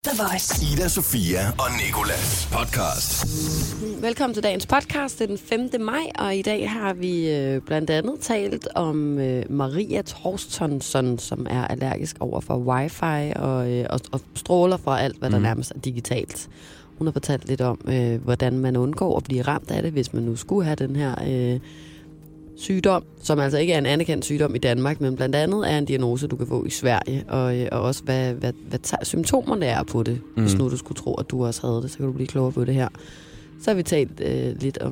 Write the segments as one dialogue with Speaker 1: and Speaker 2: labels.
Speaker 1: The Voice.
Speaker 2: Ida, Sofia og Nicolas podcast.
Speaker 3: Velkommen til dagens podcast. Det er den 5. maj, og i dag har vi blandt andet talt om Maria Torstensson, som er allergisk over for wifi og stråler fra alt, hvad der nærmest er digitalt. Hun har fortalt lidt om, hvordan man undgår at blive ramt af det, hvis man nu skulle have den her sygdom, som altså ikke er en anerkendt sygdom i Danmark, men blandt andet er en diagnose, du kan få i Sverige, og også hvad symptomerne er på det. Hvis nu du skulle tro, at du også havde det, så kan du blive klogere på det her. Så har vi talt lidt om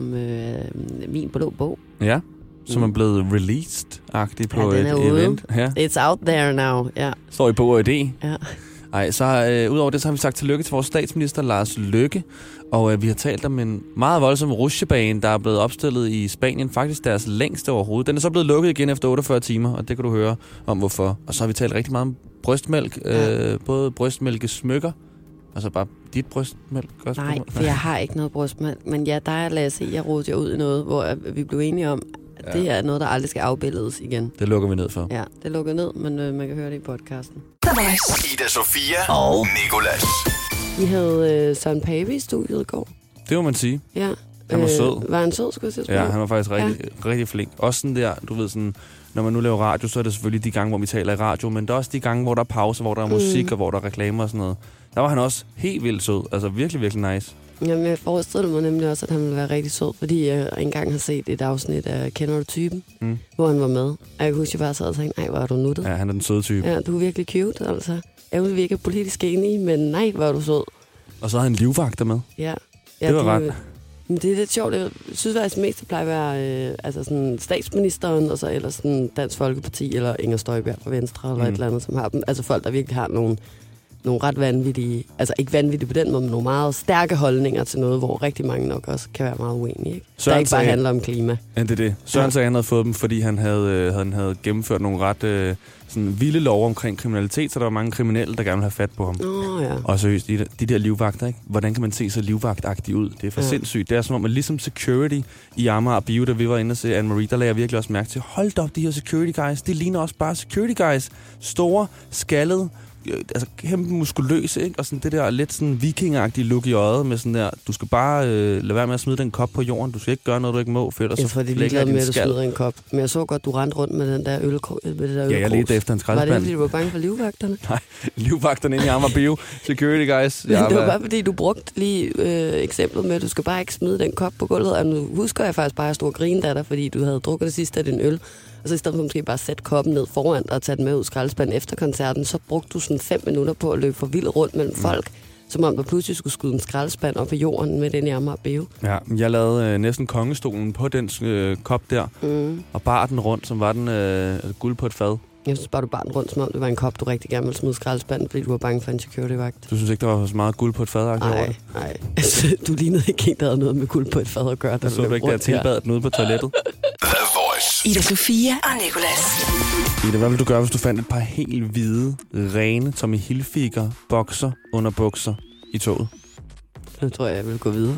Speaker 3: min blå bog.
Speaker 4: Ja, som er blevet released-agtig på et event. Ja.
Speaker 3: It's out there now, ja.
Speaker 4: Står i bog og idé.
Speaker 3: Ja.
Speaker 4: Ej, så udover det, så har vi sagt tillykke til vores statsminister, Lars Løkke. Og vi har talt om en meget voldsom rutsjebane, der er blevet opstillet i Spanien. Faktisk deres længste overhovedet. Den er så blevet lukket igen efter 48 timer, og det kan du høre om hvorfor. Og så har vi talt rigtig meget om brystmælk. Både brystmælkesmykker. Altså bare dit brystmælk også?
Speaker 3: Nej, for jeg har ikke noget brystmælk. Men ja, der er Lasse, jeg rodede jer ud i noget, hvor vi blev enige om, at det er noget, der aldrig skal afbilledes igen.
Speaker 4: Det lukker vi ned for.
Speaker 3: Ja, det lukker ned, men man kan høre det i podcasten.
Speaker 1: The Voice.
Speaker 2: Ida, Sofia og Nicolas.
Speaker 3: Vi havde Søren Pape i studiet i går.
Speaker 4: Det må man sige.
Speaker 3: Ja.
Speaker 4: Han var sød.
Speaker 3: Var han sød, skulle jeg sige?
Speaker 4: Ja, han var faktisk rigtig flink. Også sådan der, du ved sådan, når man nu laver radio, så er det selvfølgelig de gange, hvor vi taler i radio, men der er også de gange, hvor der er pause, hvor der er musik, og hvor der er reklamer og sådan noget. Der var han også helt vildt sød. Altså virkelig, virkelig nice.
Speaker 3: Jamen, jeg forestillede mig nemlig også, at han ville være rigtig sød, fordi jeg engang har set et afsnit af Kender du typen, hvor han var med. Og jeg kunne huske, at jeg bare sad og tænkte, nej, hvor er du nuttet.
Speaker 4: Ja, han er den søde type.
Speaker 3: Ja, du er virkelig cute, altså. Jeg vil virke politisk enig, men nej, hvor er du sød.
Speaker 4: Og så havde han livvagter med.
Speaker 3: Ja.
Speaker 4: Det var ret.
Speaker 3: Men det er lidt sjovt. Jeg synes faktisk mest, det plejer at være altså sådan statsministeren, og så ellers sådan Dansk Folkeparti, eller Inger Støjberg fra Venstre, eller et eller andet, som har dem. Altså folk, der virkelig har nogle ret vanvittige, altså ikke vanvittige på den måde, men nogle meget stærke holdninger til noget, hvor rigtig mange nok også kan være meget uenige. Ikke? Der ikke bare handler om klima.
Speaker 4: Ja, det er det. Søren sagde, han havde fået dem, fordi han havde gennemført nogle ret sådan vilde love omkring kriminalitet, så der var mange kriminelle, der gerne ville have fat på ham.
Speaker 3: Ja.
Speaker 4: Og seriøst, de der livvagter, ikke? Hvordan kan man se så livvagtagtigt ud? Det er for sindssygt. Det er som om, at ligesom security i Amager Bio, da vi var inde og se Anne-Marie, der lagde jeg virkelig også mærke til, hold op, de her security guys, det ligner også bare security guys. Store, skaldede, altså kæmpe muskuløse, ikke? Og sådan det der lidt sådan vikingagtige look i øjet med sådan der, du skal bare lade være med at smide den kop på jorden, du skal ikke gøre noget, du ikke må, for ellers
Speaker 3: så flækker din skal. Med, at du smider en kop. Men jeg så godt, du rendte rundt med den der ølkrus.
Speaker 4: Ja, jeg ledte efter en skraldespand.
Speaker 3: Var det, fordi du var bange for livvagterne?
Speaker 4: Nej, livvagterne inde i Amager Bio, security guys.
Speaker 3: Det var bare fordi, du brugte lige eksemplet med, at du skal bare ikke smide den kop på gulvet, og nu husker jeg faktisk bare, at jeg stod og grinede af dig, fordi du havde drukket det sidste af din øl. Og så i stedet for måske bare sætte koppen ned foran dig og tage den med ud i skraldespanden efter koncerten, så brugte du sådan 5 minutter på at løbe for vildt rundt mellem folk, som om der pludselig skulle skyde en skraldespand op i jorden med den i Amager Bio. Ja,
Speaker 4: jeg lavede næsten kongestolen på den kop der, og bar den rundt, som var den guld på et fad.
Speaker 3: Jeg synes bare, du bar den rundt, som om det var en kop, du rigtig gerne ville smide skraldespanden, fordi du var bange for en security-vagt.
Speaker 4: Du synes ikke, der var så meget guld på et fad?
Speaker 3: Nej. Altså, du lignede ikke en, der havde noget med guld på et fad at gøre.
Speaker 4: Så du ikke der tilbadet den ude på toilettet?
Speaker 2: The Voice.
Speaker 1: Ida, Sofia og Nicolas.
Speaker 4: Ida, hvad ville du gøre, hvis du fandt et par helt hvide, rene Tommy Hilfiger bokser under bukser i toget?
Speaker 3: Jeg tror, jeg ville gå videre.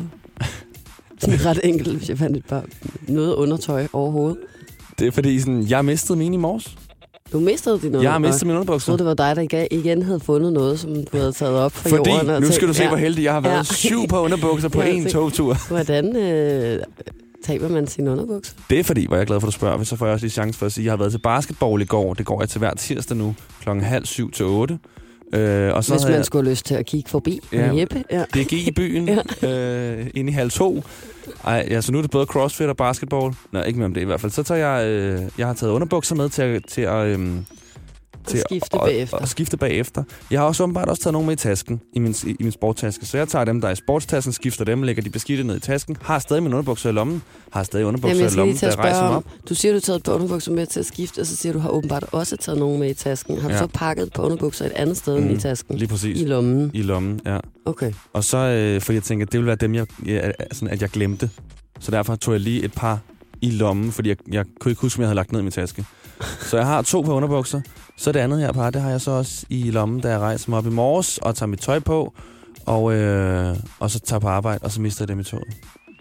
Speaker 3: Sådan ret enkelt, hvis jeg fandt et par noget undertøj overhovedet.
Speaker 4: Det er fordi, sådan, jeg mistede mine i morges.
Speaker 3: Du mistede dine underbukser?
Speaker 4: Jeg har mistet mine underbukser.
Speaker 3: Jeg troede, det var dig, der igen havde fundet noget, som du havde taget op fra jorden.
Speaker 4: Fordi, nu skal du se, hvor heldig jeg har været. 7 par underbukser på en togtur.
Speaker 3: Hvordan taber man sine underbukser?
Speaker 4: Det er fordi, hvor jeg er glad for, at du spørger, så får jeg også lige chance for at sige, at jeg har været til basketball i går. Det går jeg til hver tirsdag nu, 6:30 til 8. Og så
Speaker 3: hvis man skulle have lyst til at kigge forbi med Jeppe. Ja.
Speaker 4: DG i byen, inde i 1:30. Ej, så nu er det både crossfit og basketball. Nej, ikke mere om det i hvert fald. Så tager jeg har taget underbukser med til at skifte bagefter. Jeg har også åbenbart også taget nogle med i tasken, i min sporttaske. Så jeg tager dem, der er i sportstasken, skifter dem, lægger de beskidte ned i tasken. Har stadig mine underbukser i lommen. Har stadig underbukser i lommen, der rejser mig op.
Speaker 3: Du siger, du har taget et par underbukser med til at skifte, og så siger du, har åbenbart også taget nogle med i tasken. Har du så pakket et par underbukser et andet sted end i tasken?
Speaker 4: Lige præcis.
Speaker 3: I lommen?
Speaker 4: I lommen, ja.
Speaker 3: Okay.
Speaker 4: Og så, fordi jeg tænker, at det ville være dem, at jeg glemte. Så derfor tog jeg lige et par i lommen, fordi jeg kunne ikke huske, om jeg havde lagt ned i min taske. Så jeg har 2 par underbukser. Så det andet her par, det har jeg så også i lommen, da jeg rejser mig op i morges og tager mit tøj på, og så tager på arbejde, og så mister jeg dem i toget.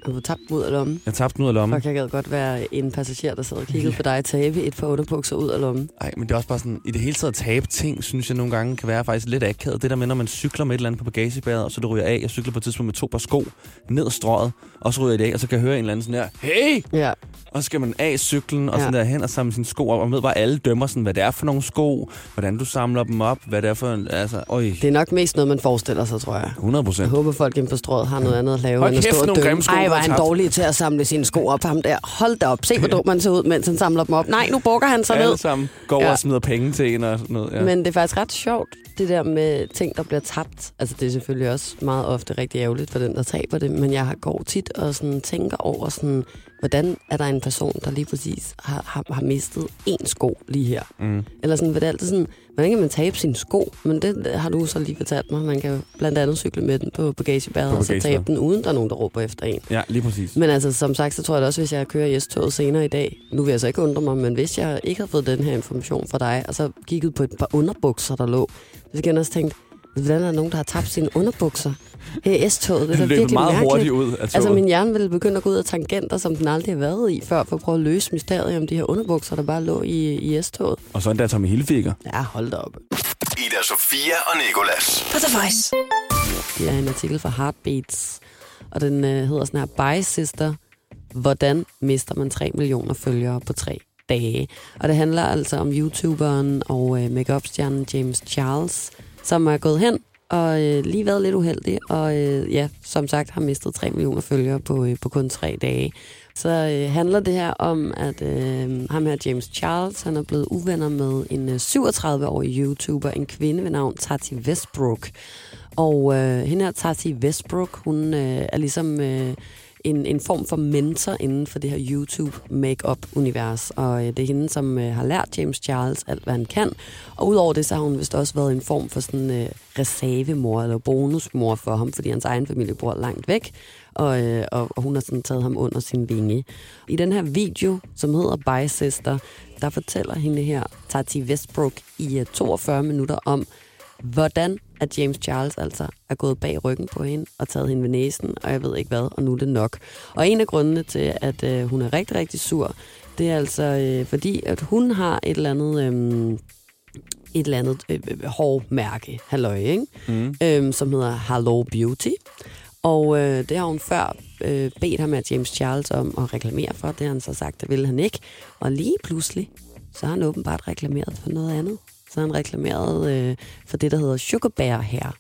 Speaker 3: Har du tabt dem ud af lommen?
Speaker 4: Jeg tabte den ud af lommen.
Speaker 3: Og jeg gad godt være en passager, der sad og kiggede på dig tabe et par underbukser ud af lommen.
Speaker 4: Nej, men det er også bare sådan, i det hele taget at tabe ting, synes jeg nogle gange kan være faktisk lidt akavet. Det der med, når man cykler med et eller andet på bagagebæret, og så det ryger af. Jeg cykler på et tidspunkt med 2 par sko ned ad strøget, og så ryger jeg det af, og så kan jeg høre en eller anden sådan her, hey!
Speaker 3: Ja.
Speaker 4: Og så skal man af cyklen, og sådan der hen og samle sine sko op, og ved bare, alle dømmer sådan, hvad det er for nogle sko, hvordan du samler dem op, hvad det er for en, altså,
Speaker 3: Det er nok mest noget, man forestiller sig, tror jeg.
Speaker 4: 100%.
Speaker 3: Jeg håber, folk inde på strøget har noget andet at lave, end at stå og dømme. Ej, var han dårlig til at samle sine sko op, ham der. Hold da op, se hvor dum man ser ud, mens han samler dem op. Nej, nu bukker han sig ned.
Speaker 4: Alle sammen går og smider penge til en og sådan noget. Ja.
Speaker 3: Men det er faktisk ret sjovt, det der med ting, der bliver tabt. Altså, det er selvfølgelig også meget ofte rigtig ærgerligt for den, der taber det, men jeg går tit og sådan tænker over sådan, hvordan er der en person, der lige præcis har mistet en sko lige her? Mm. Eller sådan, hvad det er altid sådan, hvordan kan man tabe sine sko? Men det har du så lige fortalt mig. Man kan jo blandt andet cykle med den på bagagebæret, og så tabe den, uden der er nogen, der råber efter en.
Speaker 4: Ja, lige præcis.
Speaker 3: Men altså, som sagt, så tror jeg da også, hvis jeg kører i S-toget senere i dag, nu vil jeg så ikke undre mig, men hvis jeg ikke havde fået den her information fra dig, og så kigget på et par underbukser, der lå, så kan jeg også tænke, hvordan er der nogen, der har tabt sine underbukser her i S-toget? Det er virkelig
Speaker 4: meget
Speaker 3: mærkeligt.
Speaker 4: Hurtigt ud af toget.
Speaker 3: Altså, min hjerne ville begynde at gå ud af tangenter, som den aldrig har været i før, for at prøve at løse mysteriet om de her underbukser, der bare lå i S-toget.
Speaker 4: Og så endda Tommy Hilfiger.
Speaker 3: Ja, hold da op.
Speaker 2: Ida Sofia og Nicolas.
Speaker 1: På The Voice.
Speaker 3: Det er en artikel fra Heartbeats, og den hedder sådan her, Bye Sister, hvordan mister man 3 millioner følgere på 3 dage? Og det handler altså om YouTuberen og make-up-stjernen James Charles, som er gået hen og lige været lidt uheldig, og som sagt har mistet 3 millioner følgere på kun 3 dage. Så handler det her om, at ham her James Charles, han er blevet uvenner med en 37-årig YouTuber, en kvinde ved navn Tati Westbrook. Og hende her Tati Westbrook, hun er ligesom en form for mentor inden for det her YouTube make-up-univers. Og det er hende, som har lært James Charles alt, hvad han kan. Og udover det, så har hun vist også været en form for sådan reservemor eller bonusmor for ham, fordi hans egen familie bor langt væk. Og hun har sådan taget ham under sin vinge. I den her video, som hedder Bye Sister, der fortæller hende her Tati Westbrook i 42 minutter om, hvordan at James Charles altså er gået bag ryggen på hende og taget hende ved næsen, og jeg ved ikke hvad, og nu er det nok. Og en af grundene til, at hun er rigtig, rigtig sur, det er altså fordi, at hun har et eller andet hårmærke, halløj, ikke? Som hedder Hello Beauty. Og det har hun før bedt ham af James Charles om at reklamere for. Det har han så sagt, det ville han ikke. Og lige pludselig, så har han åbenbart reklameret for noget andet. Så har han reklameret for det, der hedder Sugar Bear Hair.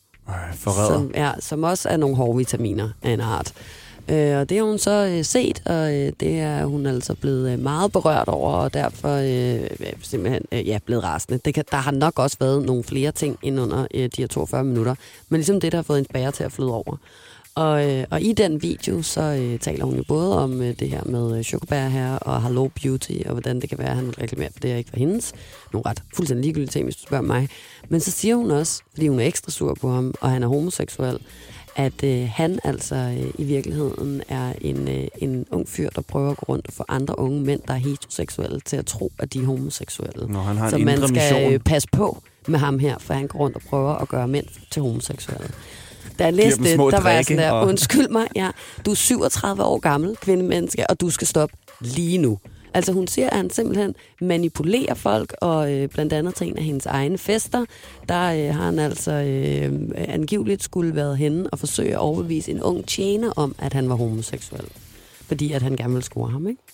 Speaker 3: Som også er nogle hårvitaminer af en art. Og det har hun så set, og det er hun altså blevet meget berørt over, og derfor simpelthen blevet rasende. Der har nok også været nogle flere ting ind under de her 42 minutter, men ligesom det, der har fået en bære til at flyde over. Og i den video, så taler hun jo både om det her med Sugar Bear Hair og Hello Beauty, og hvordan det kan være, at han vil reklamere for det, og ikke for hendes. Nogle ret fuldstændig ligegyldige ting, hvis du spørger mig. Men så siger hun også, fordi hun er ekstra sur på ham, og han er homoseksuel, at han altså i virkeligheden er en ung fyr, der prøver at gå rundt og få andre unge mænd, der er heteroseksuelle, til at tro, at de er homoseksuelle.
Speaker 4: Når han har
Speaker 3: så
Speaker 4: en
Speaker 3: man skal
Speaker 4: mission.
Speaker 3: passe på med ham her, for han går rundt og prøver at gøre mænd til homoseksuelle. Da jeg læste det, der var jeg sådan der, undskyld mig, du er 37 år gammel kvindemenneske, og du skal stoppe lige nu. Altså hun siger, at han simpelthen manipulerer folk, og blandt andet til en af hendes egne fester, der har han altså angiveligt skulle været henne og forsøge at overbevise en ung tjener om, at han var homoseksuel. Fordi at han gerne ville score ham, ikke?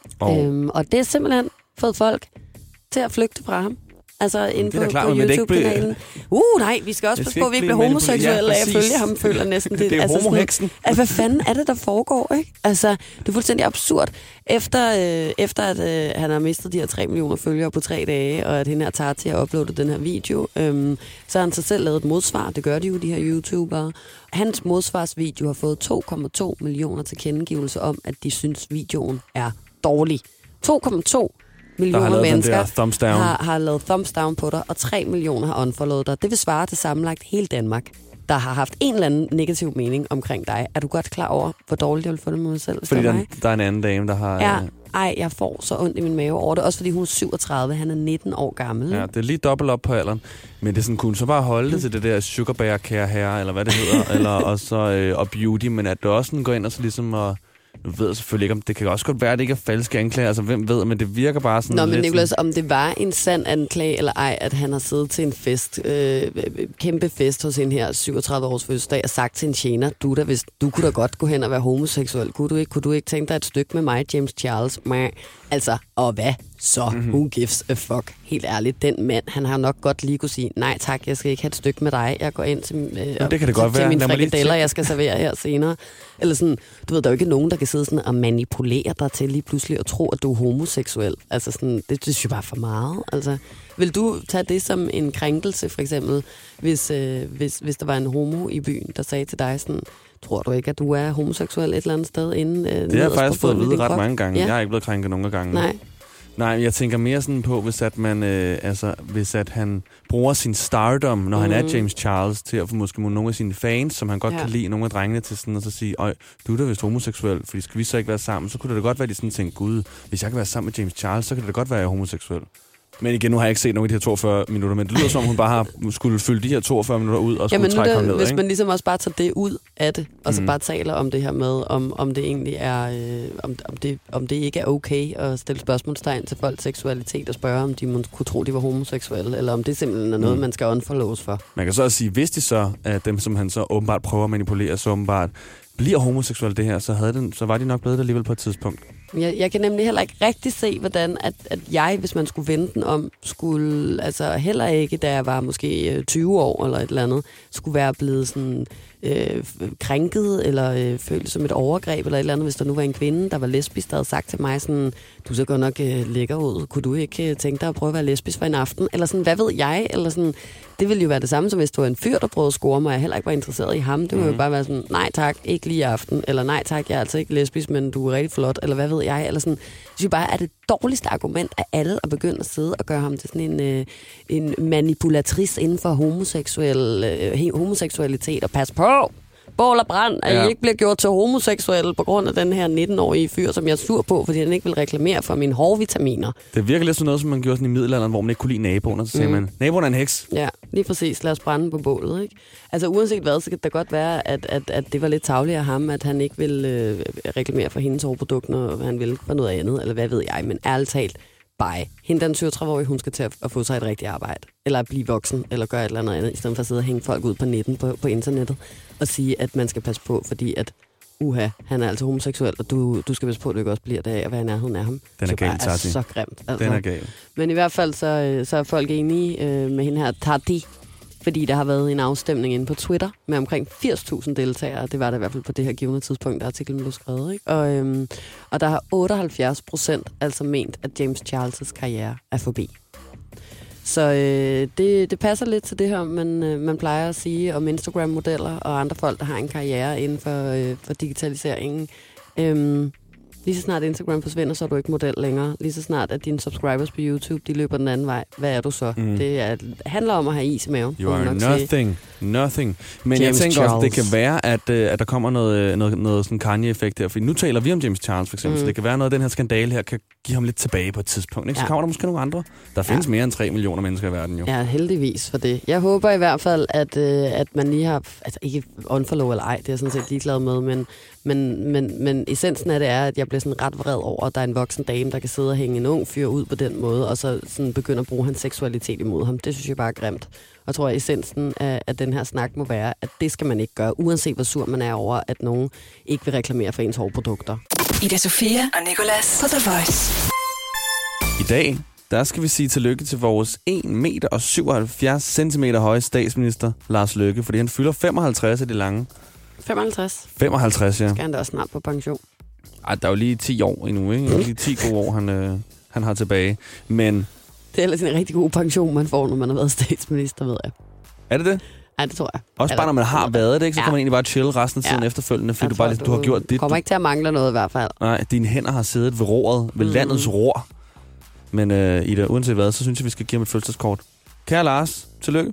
Speaker 3: Og det er simpelthen fået folk til at flygte fra ham. Altså inde på YouTube-kanalen. Nej, vi skal også passe på, at vi ikke bliver homoseksuelle af at følge ham, føler næsten det.
Speaker 4: Det er altså homoheksen.
Speaker 3: Hvad fanden er det, der foregår, ikke? Altså, det er fuldstændig absurd. Efter at han har mistet de her 3 millioner følgere på 3 dage, og at hende her Tati har uploadet den her video, så har han sig selv lavet et modsvar. Det gør de jo, de her YouTubere. Hans modsvarsvideo har fået 2,2 millioner tilkendegivelser om, at de synes, videoen er dårlig. 2,2 millioner mennesker har lavet thumbs down på dig, og 3 millioner har unfollowet dig. Det vil svare til sammenlagt hele Danmark, der har haft en eller anden negativ mening omkring dig. Er du godt klar over, hvor dårligt jeg vil få det med mig selv?
Speaker 4: Fordi der er en anden dame, der har...
Speaker 3: Jeg får så ondt i min mave over det. Også fordi hun er 37, han er 19 år gammel.
Speaker 4: Ja, det er lige dobbelt op på alderen. Men det er sådan, kunne så bare holde det til det der Sugar Bear Hair, eller hvad det hedder, eller og beauty, men at du også sådan går ind og så ligesom Jeg ved selvfølgelig ikke, om det kan også godt være, at det ikke er falske anklager. Altså, hvem ved, men det virker bare sådan
Speaker 3: Nå, men
Speaker 4: lidt
Speaker 3: Nicolas, om det var en sand anklage eller ej, at han har siddet til en fest, kæmpe fest hos en her 37-års fødselsdag, og sagt til en tjener, du kunne da godt gå hen og være homoseksuel. Kunne du ikke tænke dig et stykke med mig, James Charles? Altså, og hvad så? Who gives a fuck? Helt ærligt, den mand, han har nok godt lige kunne sige, nej tak, jeg skal ikke have et stykke med dig. Jeg går ind til,
Speaker 4: det kan det godt
Speaker 3: til
Speaker 4: være.
Speaker 3: mine frikadeller, jeg skal servere her senere. Eller sådan, du ved, der er jo ikke nogen, der kan sidde sådan og manipulere dig til lige pludselig at tro, at du er homoseksuel. Altså sådan, det synes jeg bare for meget. Altså, vil du tage det som en krænkelse, for eksempel, hvis der var en homo i byen, der sagde til dig sådan, tror du ikke, at du er homoseksuel et eller andet sted inden?
Speaker 4: Det har jeg faktisk fået at vide ret mange gange.
Speaker 3: Ja.
Speaker 4: Jeg har ikke blevet krænket nogle gange.
Speaker 3: Nej,
Speaker 4: jeg tænker mere sådan på, hvis at han bruger sin stardom, når han er James Charles, til at få måske nogle af sine fans, som han godt kan lide, nogle af drengene til sådan, og så sige, øj, du er da vist homoseksuel, fordi skal vi så ikke være sammen? Så kunne det da godt være, at de sådan tænkte, gud, hvis jeg kan være sammen med James Charles, så kan det da godt være, at jeg er homoseksuel. Men igen, nu har jeg ikke set nogen af de her 42 minutter, men det lyder som, hun bare har skulle fylde de her 42 minutter ud, og skulle trække ham ned,
Speaker 3: hvis
Speaker 4: ikke?
Speaker 3: man ligesom også bare tager det ud af det, og så bare taler om det her med, om det egentlig er, om det ikke er okay at stille spørgsmålstegn til folks seksualitet og spørge, om de kunne tro, de var homoseksuelle, eller om det simpelthen er noget, man skal unfollows for.
Speaker 4: Man kan så også sige, hvis de så, at dem, som han så åbenbart prøver at manipulere, så åbenbart bliver homoseksuelle det her, så var de nok blevet det alligevel på et tidspunkt.
Speaker 3: Jeg kan nemlig heller ikke rigtig se, hvordan at jeg, hvis man skulle vende den om, skulle, altså heller ikke, da jeg var måske 20 år eller et eller andet, skulle være blevet sådan krænket eller følt som et overgreb eller et eller andet, hvis der nu var en kvinde, der var lesbisk, der havde sagt til mig sådan, du ser godt nok lækker ud, kunne du ikke tænke dig at prøve at være lesbisk for en aften? Eller sådan, hvad ved jeg? Eller sådan, det ville jo være det samme, som hvis du var en fyr, der prøvede at score mig, og jeg heller ikke var interesseret i ham. Det ville jo bare være sådan, nej tak, ikke lige i aften, eller nej tak, jeg er altså ikke lesbisk, men du er rigtig flot, eller hvad ved jeg? Eller sådan, jeg synes bare, at det dårligste argument af alle at begynde at sidde og gøre ham til sådan en manipulatrice inden for homoseksualitet, og pas på, bål og brand, at I ikke bliver gjort til homoseksuelle på grund af den her 19-årige fyr, som jeg er sur på, fordi han ikke vil reklamere for mine hårvitaminer.
Speaker 4: Det virker lidt sådan noget, som man gjorde sådan i middelalderen, hvor man ikke kunne lide naboen, og så sagde man, naboen er en heks.
Speaker 3: Ja, lige præcis. Lad os brænde på bålet, ikke? Altså uanset hvad, så kan det godt være, at det var lidt tarveligt af ham, at han ikke ville reklamere for hendes hårprodukter, når han ville for noget andet, eller hvad ved jeg, men ærligt talt, hende den 37-årige, hun skal til at få sig et rigtigt arbejde, eller at blive voksen, eller gøre et eller andet, i stedet for at sidde og hænge folk ud på netten, på internettet, og sige, at man skal passe på, fordi at, han er altså homoseksuel, og du skal passe på, at du ikke også bliver der af at være i nærheden af ham.
Speaker 4: Den er galt, Tati.
Speaker 3: Så grimt. Altså.
Speaker 4: Den er galt.
Speaker 3: Men i hvert fald, så er folk enige med hende her, Tati, fordi der har været en afstemning inde på Twitter med omkring 80.000 deltagere. Det var det i hvert fald på det her givende tidspunkt, da artiklen blev skrevet. Ikke? Og der har 78% altså ment, at James Charles' karriere er forbi. Så det passer lidt til det her, man plejer at sige om Instagram-modeller og andre folk, der har en karriere inden for digitaliseringen. Lige så snart Instagram forsvinder, så er du ikke model længere. Lige så snart, at dine subscribers på YouTube, de løber den anden vej. Hvad er du så? Det handler om at have is i maven.
Speaker 4: You are nothing. Men
Speaker 3: James
Speaker 4: jeg tænker
Speaker 3: Charles.
Speaker 4: også, det kan være, at der kommer noget sådan Kanye-effekt her. For nu taler vi om James Charles, for eksempel. Så det kan være, noget af den her skandale her kan give ham lidt tilbage på et tidspunkt. Ikke? Så kommer der måske nogle andre. Der findes mere end 3 millioner mennesker i verden, jo.
Speaker 3: Ja, heldigvis for det. Jeg håber i hvert fald, at man lige har... Altså ikke unfollow eller ej, det er jeg sådan set ligeglad med, men essensen af det er, at jeg bliver sådan ret vred over, at der er en voksen dame, der kan sidde og hænge en ung fyr ud på den måde, og så sådan begynde at bruge hans seksualitet imod ham. Det synes jeg bare er grimt. Og jeg tror, at essensen af den her snak må være, at det skal man ikke gøre, uanset hvor sur man er over, at nogen ikke vil reklamere for ens hårprodukter.
Speaker 1: Ida Sofia og Nicolas på The Voice.
Speaker 4: I dag, der skal vi sige tillykke til vores 1,77 meter høje statsminister, Lars Løkke, fordi han fylder 55 af de lange.
Speaker 3: 55.
Speaker 4: 55, ja.
Speaker 3: Skal han da også snart på pension?
Speaker 4: Ej, der er jo lige 10 år endnu, ikke? Lige 10 gode år, han har tilbage. Men...
Speaker 3: Det er ellers en rigtig god pension, man får, når man har været statsminister, ved jeg.
Speaker 4: Er det det?
Speaker 3: Ja, det tror jeg.
Speaker 4: Også bare, når man har været det, ikke? Så kan man egentlig bare chille resten af tiden efterfølgende, fordi du har gjort dit.
Speaker 3: Kommer ikke til at mangle noget i hvert fald.
Speaker 4: Nej, dine hænder har siddet ved roret, ved landets ror. Men Ida, uanset hvad, så synes jeg, vi skal give ham et fødselskort. Kære Lars, tillykke.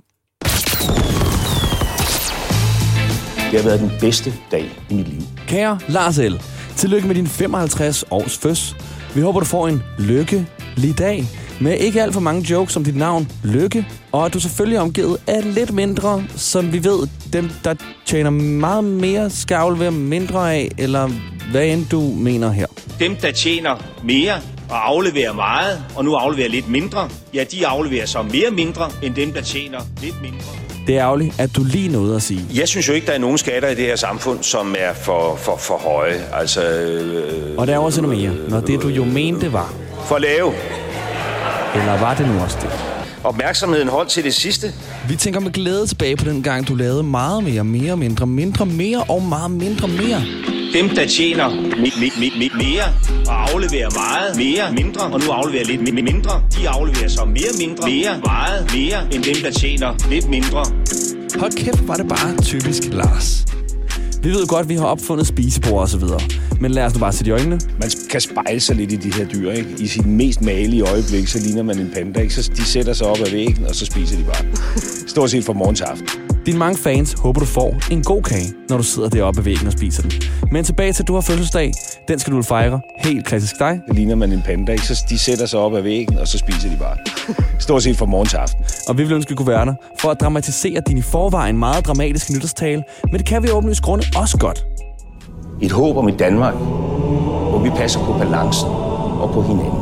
Speaker 5: Det har været den bedste dag i mit liv.
Speaker 4: Kære Lars L., tillykke med din 55 års føds. Vi håber, du får en lykkelig dag. Med ikke alt for mange jokes om dit navn, Lykke, og at du selvfølgelig er omgivet af lidt mindre, som vi ved, dem der tjener meget mere, skal aflevere mindre af, eller hvad end du mener her.
Speaker 5: Dem, der tjener mere og afleverer meget, og nu afleverer lidt mindre, ja, de afleverer så mere mindre, end dem, der tjener lidt mindre.
Speaker 4: Det er ærgerligt, at du lige nåede at sige.
Speaker 6: Jeg synes jo ikke, der er nogen skatter i det her samfund, som er for høje. Altså,
Speaker 4: Og der er også endnu mere, når det du jo mente var.
Speaker 6: For lave.
Speaker 4: Eller var det nu også det?
Speaker 6: Opmærksomheden holdt til det sidste.
Speaker 4: Vi tænker med glæde tilbage på den gang, du lavede meget mere, mere, mindre, mindre, mere og meget mindre, mere.
Speaker 5: Dem, der tjener mere og afleverer meget mere, mindre, og nu afleverer lidt mindre, de afleverer så mere, meget mere, end dem, der tjener lidt mindre.
Speaker 4: Hold kæft, var det bare typisk Lars. Vi ved godt, at vi har opfundet spisebord og så videre. Men lad os nu bare sætte i øjnene.
Speaker 6: Man kan spejle sig lidt i de her dyr, ikke? I sin mest malige øjeblik, så ligner man en panda, ikke? Så de sætter sig op ad væggen, og så spiser de bare. Stort set fra morgen til aften.
Speaker 4: Dine mange fans håber, du får en god kage, når du sidder deroppe ved væggen og spiser den. Men tilbage til, at du har fødselsdag. Den skal du fejre. Helt klassisk dig.
Speaker 6: Det ligner man en panda, ikke? Så de sætter sig op ad væggen, og så spiser de bare. Stort set fra morgen til aften.
Speaker 4: Og vi vil ønske, at du kunne være der for at dramatisere din i forvejen meget dramatiske nytårstale. Men det kan vi åbenlyst grunde også godt.
Speaker 6: Et håb om et Danmark, hvor vi passer på balancen og på hinanden.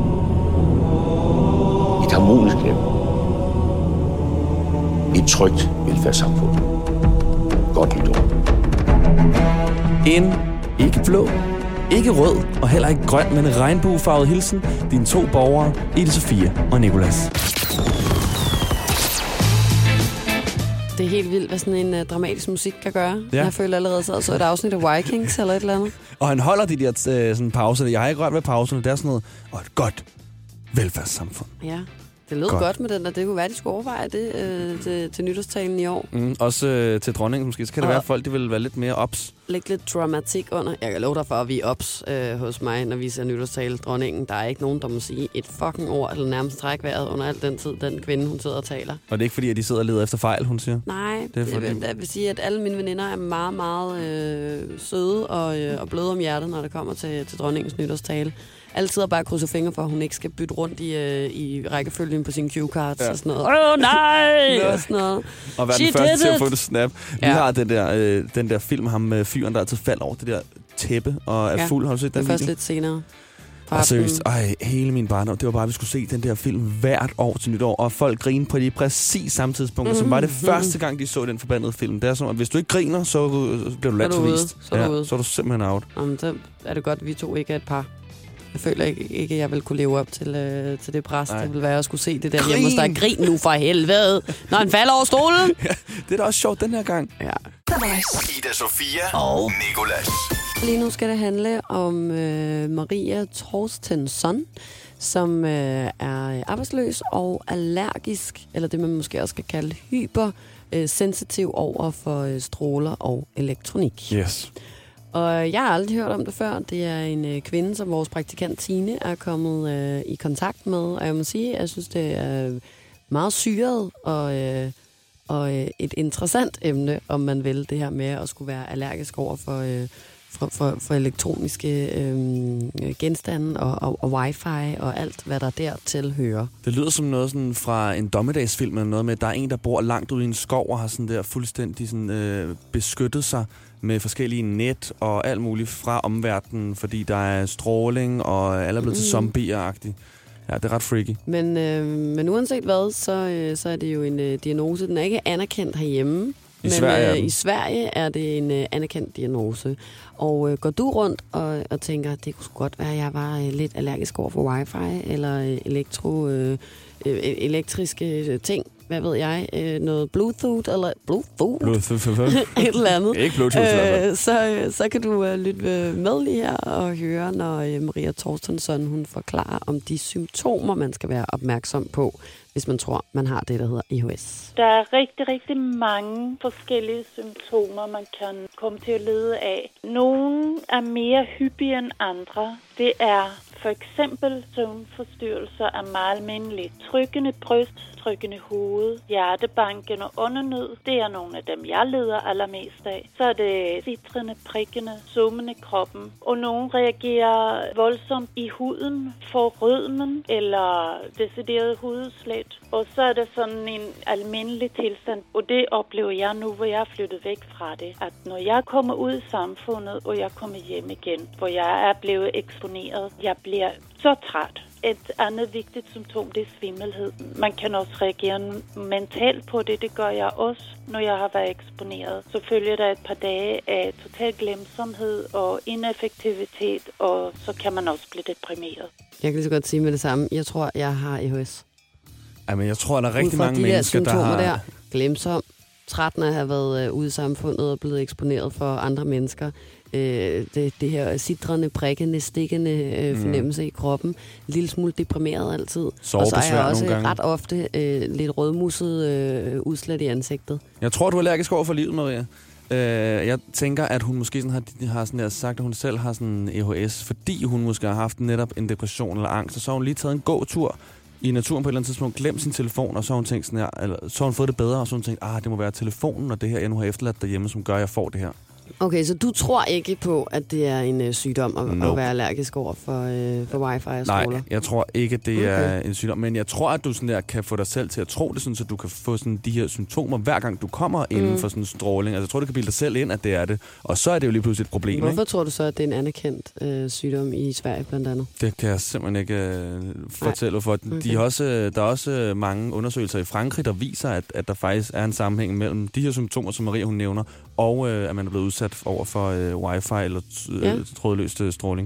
Speaker 6: Et harmonisk land. Et trygt velfærdssamfund. Godt nytår.
Speaker 4: En ikke blå, ikke rød og heller ikke grøn, men en regnbuefarvet hilsen. Dine 2 borgere, Ida Sofia og Nicolas.
Speaker 3: Det er helt vildt, hvad sådan en dramatisk musik kan gøre.
Speaker 4: Ja.
Speaker 3: Jeg føler allerede så et afsnit af Vikings eller et eller andet.
Speaker 4: Og han holder de der sådan pauser. Jeg har ikke rørt ved pauserne. Det er sådan noget, og et godt velfærdssamfund.
Speaker 3: Ja, det lød godt med den, og det kunne være, de skulle overveje det til nytårstalen i år.
Speaker 4: Også til dronningen måske. Så kan det være, at folk de vil være lidt mere ops.
Speaker 3: Læg lidt dramatik under. Jeg kan love dig for, at vi er ops hos mig, når vi ser nytårstale dronningen. Der er ikke nogen, der må sige et fucking ord, eller nærmest trække vejret under al den tid, den kvinde, hun sidder og taler.
Speaker 4: Og det er ikke fordi, at de sidder og leder efter fejl, hun siger?
Speaker 3: Nej, jeg vil sige, at alle mine veninder er meget, meget søde og bløde om hjertet, når det kommer til dronningens nytårstale. Altid bare krydse fingre for, at hun ikke skal bytte rundt i rækkefølgen på sine cue cards og sådan noget. Nej! Og sådan noget.
Speaker 4: Og være den første til at få det snap. Vi har den der film, ham med fyren, der altid falder over det der tæppe og er fuld. Har du set den video?
Speaker 3: Først lidt senere.
Speaker 4: Og seriøst, hele min barndom, det var bare, at vi skulle se den der film hvert år til nytår, og folk griner på de præcis samme tidspunkter, som var det første gang, de så den forbandede film. Det er som, at hvis du ikke griner, så bliver du landsforvist.
Speaker 3: Så er du
Speaker 4: simpelthen out.
Speaker 3: Så er det godt, at vi to ikke er et par. Jeg føler ikke, at jeg vil kunne leve op til det pres. Det ville være at skulle se det der hjemme hos dig. Grin nu for helvede, når han falder over stolen.
Speaker 4: Ja, det er da også sjovt den her gang.
Speaker 3: Ja.
Speaker 2: Ida Sofia og Nicolas.
Speaker 3: Lige nu skal det handle om Maria Torstensson, som er arbejdsløs og allergisk, eller det man måske også skal kalde hypersensitiv over for stråler og elektronik.
Speaker 4: Yes.
Speaker 3: Og jeg har aldrig hørt om det før. Det er en kvinde, som vores praktikant Tine er kommet i kontakt med. Og jeg må sige, at jeg synes, det er meget syret og et interessant emne, om man vil, det her med at skulle være allergisk over for elektroniske genstande og wifi og alt, hvad der dertil hører.
Speaker 4: Det lyder som noget sådan fra en dommedagsfilm, eller noget med, at der er en, der bor langt ude i en skov og har sådan der fuldstændig sådan, beskyttet sig med forskellige net og alt muligt fra omverdenen, fordi der er stråling, og alle er blevet til zombie-agtigt. Ja, det er ret freaky.
Speaker 3: Men uanset hvad, så er det jo en diagnose. Den er ikke anerkendt herhjemme.
Speaker 4: I Sverige
Speaker 3: i Sverige er det en anerkendt diagnose. Og går du rundt og tænker, det kunne godt være, at jeg var lidt allergisk over for wifi, eller elektriske ting, hvad ved jeg, noget Bluetooth, eller Bluetooth. Et eller andet.
Speaker 4: Ikke Bluetooth.
Speaker 3: Så kan du lytte med lige her og høre, når Maria Torstensson, hun forklarer om de symptomer, man skal være opmærksom på, hvis man tror, man har det, der hedder IHS.
Speaker 7: Der er rigtig, rigtig mange forskellige symptomer, man kan komme til at lide af. Nogle er mere hyppige end andre. Det er For eksempel søvnforstyrrelser er meget almindelige. Trykkende bryst, trykkende hoved, hjertebanken og undernød. Det er nogle af dem, jeg lider allermest af. Så er det sitrende, prikkende, summende kroppen. Og nogen reagerer voldsomt i huden, får rødmen eller decideret hudslæt. Og så er det sådan en almindelig tilstand. Og det oplever jeg nu, hvor jeg er flyttet væk fra det. At når jeg kommer ud i samfundet, og jeg kommer hjem igen, hvor jeg er blevet eksponeret, jeg bliver så træt. Et andet vigtigt symptom, det er svimmelhed. Man kan også reagere mentalt på det. Det gør jeg også, når jeg har været eksponeret. Så følger der et par dage af total glemsomhed og ineffektivitet, og så kan man også blive deprimeret.
Speaker 3: Jeg kan lige så godt sige med det samme. Jeg tror, jeg har ADHD.
Speaker 4: Jamen, jeg tror, der er rigtig mange mennesker, der har...
Speaker 3: Glemsom, træt, når jeg har været ude i samfundet og blevet eksponeret for andre mennesker. Det her sitrende, prikkende, stikkende fornemmelse i kroppen. En lille smule deprimeret altid. Og så er jeg også ret ofte lidt rødmusset udslæt i ansigtet.
Speaker 4: Jeg tror, du er allergisk over for livet, Maria. Jeg tænker, at hun måske sådan har sådan der sagt, at hun selv har sådan ADHD, fordi hun måske har haft netop en depression eller angst, og så har hun lige taget en gåtur i naturen på et eller andet tidspunkt, glemt sin telefon, og så har hun tænkt sådan her, eller så har hun fået det bedre, og så har hun tænkt, det må være telefonen og det her, jeg nu har efterladt derhjemme, som gør, at jeg får det her.
Speaker 3: Okay, så du tror ikke på, at det er en sygdom at være allergisk over for wifi og stråler?
Speaker 4: Nej, jeg tror ikke, at det er en sygdom. Men jeg tror, at du sådan der kan få dig selv til at tro det, sådan, så du kan få sådan de her symptomer, hver gang du kommer inden for sådan en stråling. Altså, jeg tror, du kan bilde dig selv ind, at det er det. Og så er det jo lige pludselig et problem.
Speaker 3: Hvorfor tror du så, at det er en anerkendt sygdom i Sverige blandt andet?
Speaker 4: Det kan jeg simpelthen ikke fortælle for. Okay. Der er også mange undersøgelser i Frankrig, der viser, at der faktisk er en sammenhæng mellem de her symptomer, som Maria hun nævner, og at man er blevet udsat over for wifi eller trådløs stråling.